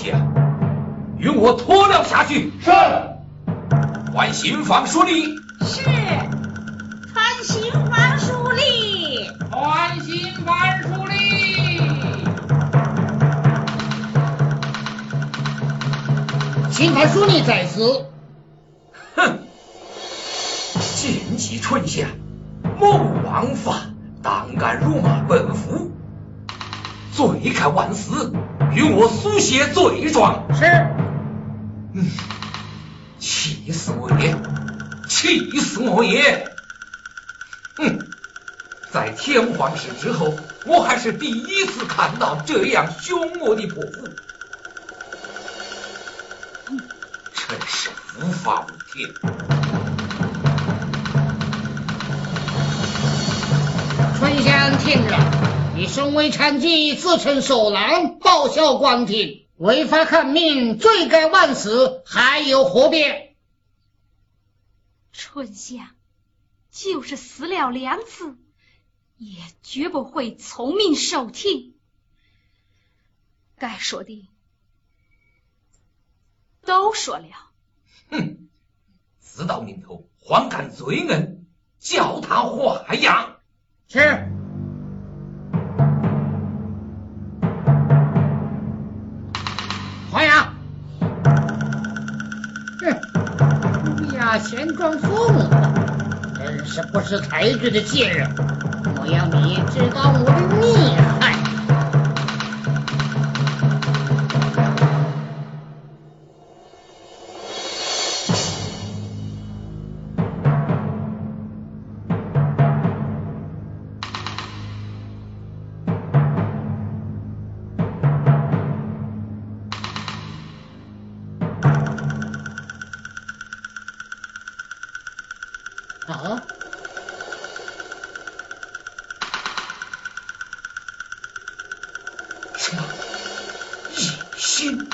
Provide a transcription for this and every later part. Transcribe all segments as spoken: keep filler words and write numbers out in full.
下，与我拖了下去。 是。 换新房书吏。 是。传新房书吏。 传新房书吏。 新房书吏在此。 哼！剑击春夏，谋王法，胆敢辱骂本府，罪该万死，与我书写罪状。 是。 嗯，气死我也！气死我也！哼，在天皇室之后，我还是第一次看到这样凶恶的泼妇，真是无法无天。 春香听着，你身为参计，自称守郎，报效光庭，违法抗命，罪该万死，还有何辩？ 春香就是死了两次，也绝不会从命受听。该说的都说了。 哼，自到明头，还敢罪恩，叫他画押。 是。画押。哼，呀，钱庄父母，真是不识抬举的贱人！我要你知道我的厉害。啊！ 什么异心？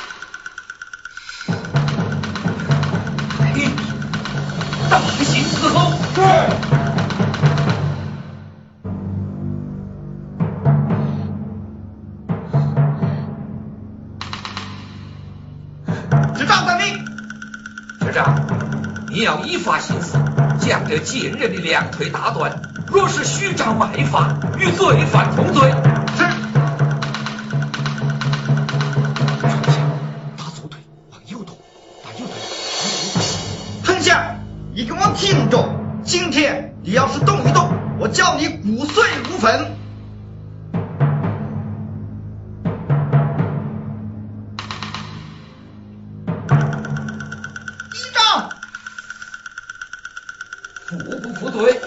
嘿，大刑伺候。 是。 执掌等令。 执掌，你要依法行事，将这贱人的两腿打断，若是虚张卖法，与罪犯同罪。 是。 打左腿，往右头，打右腿。 丞相，你给我听着，今天你要是动一动，我叫你骨碎如粉。 服不服罪？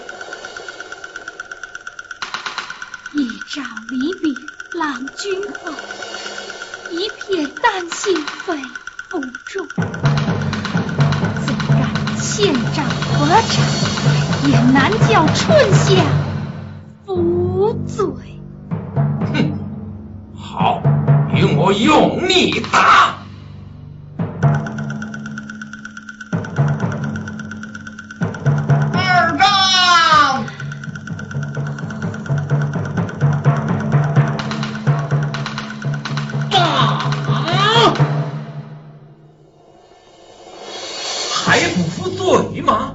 一朝离别郎君后，一片丹心肺不住。怎敢欠账合场，也难叫春香服罪。 哼，好，与我用力打。还不服罪吗？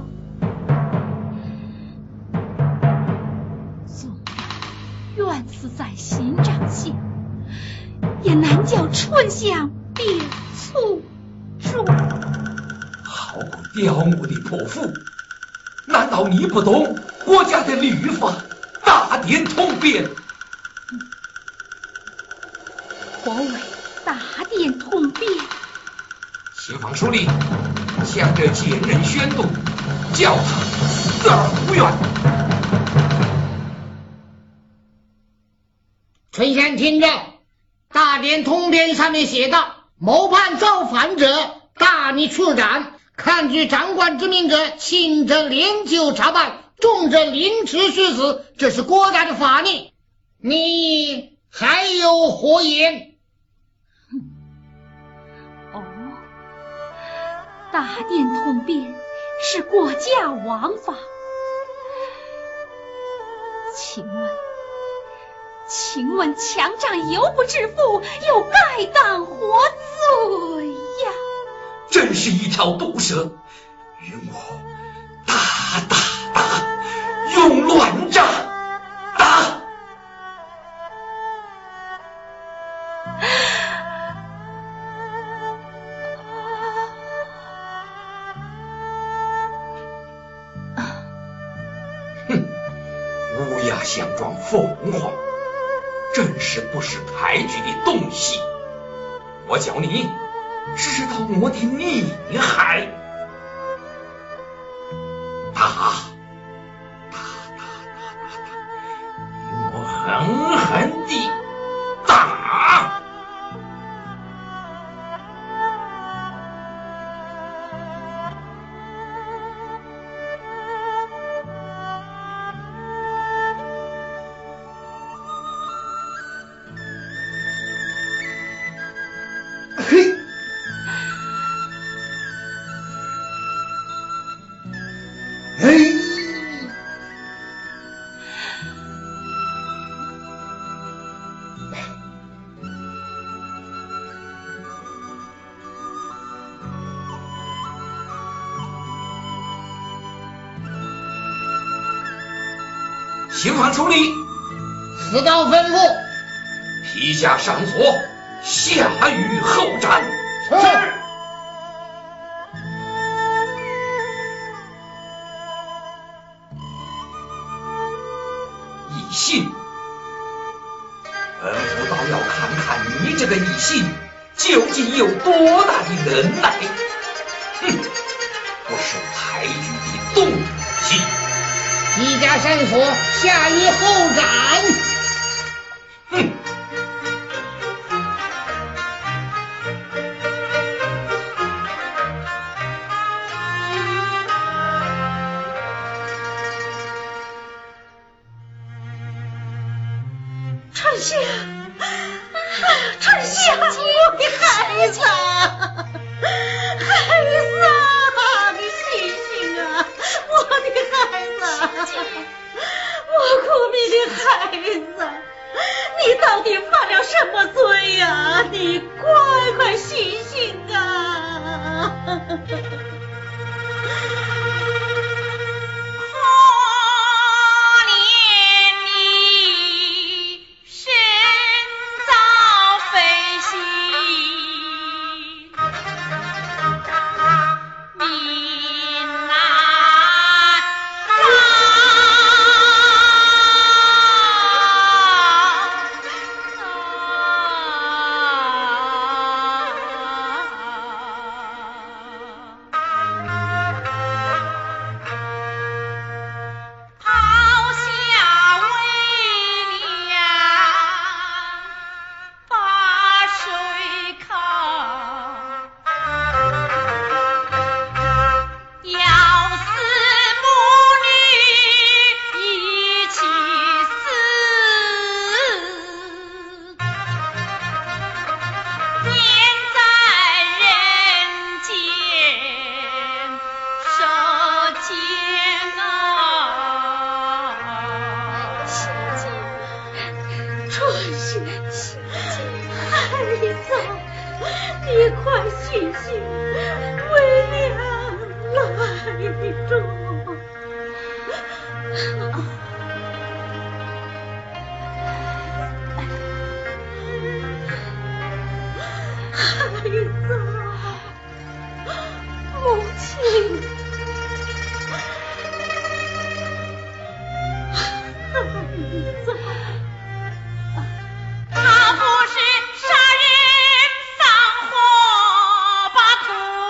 纵然冤死在刑杖下，也难叫春香别错住。 好个刁目的泼妇！难道你不懂国家的律法，大典通变？ 何为大典通变？ 新房书吏将这贱人宣读，叫他死而无怨。 春香听着，大典通编上面写道：谋叛造反者，大逆处斩；抗拒长官之命者，轻则连九查办，重则凌迟处死。这是国家的法律，你还有何言？ 哦，大典通编是国家王法，请问请问强占犹不致富，又该当何罪呀？ 真是一条毒蛇，与我打打打，用乱杖打！哼，乌鸦想装凤凰，真是不识抬举的东西！我教你知道我的厉害！打打打打打打，与我狠狠地打！ 嘿，嘿， 刑犯处理， 此道吩咐。 披下上锁，下狱后斩。 是。 异信，本府倒要看看你这个异信究竟有多大的能耐！哼，不识抬举的东西！ 披甲上锁，下狱后斩。 哼！ 春香，春香，我的孩子，孩子，你醒醒啊，我的孩子，我苦命的孩子，你到底犯了什么罪呀？你快快醒醒啊！你快醒醒，为娘来着。孩子，母亲，孩子。 他不是杀人放火，把土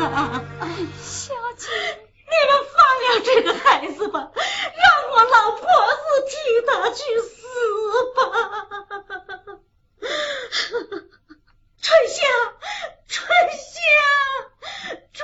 啊！ 小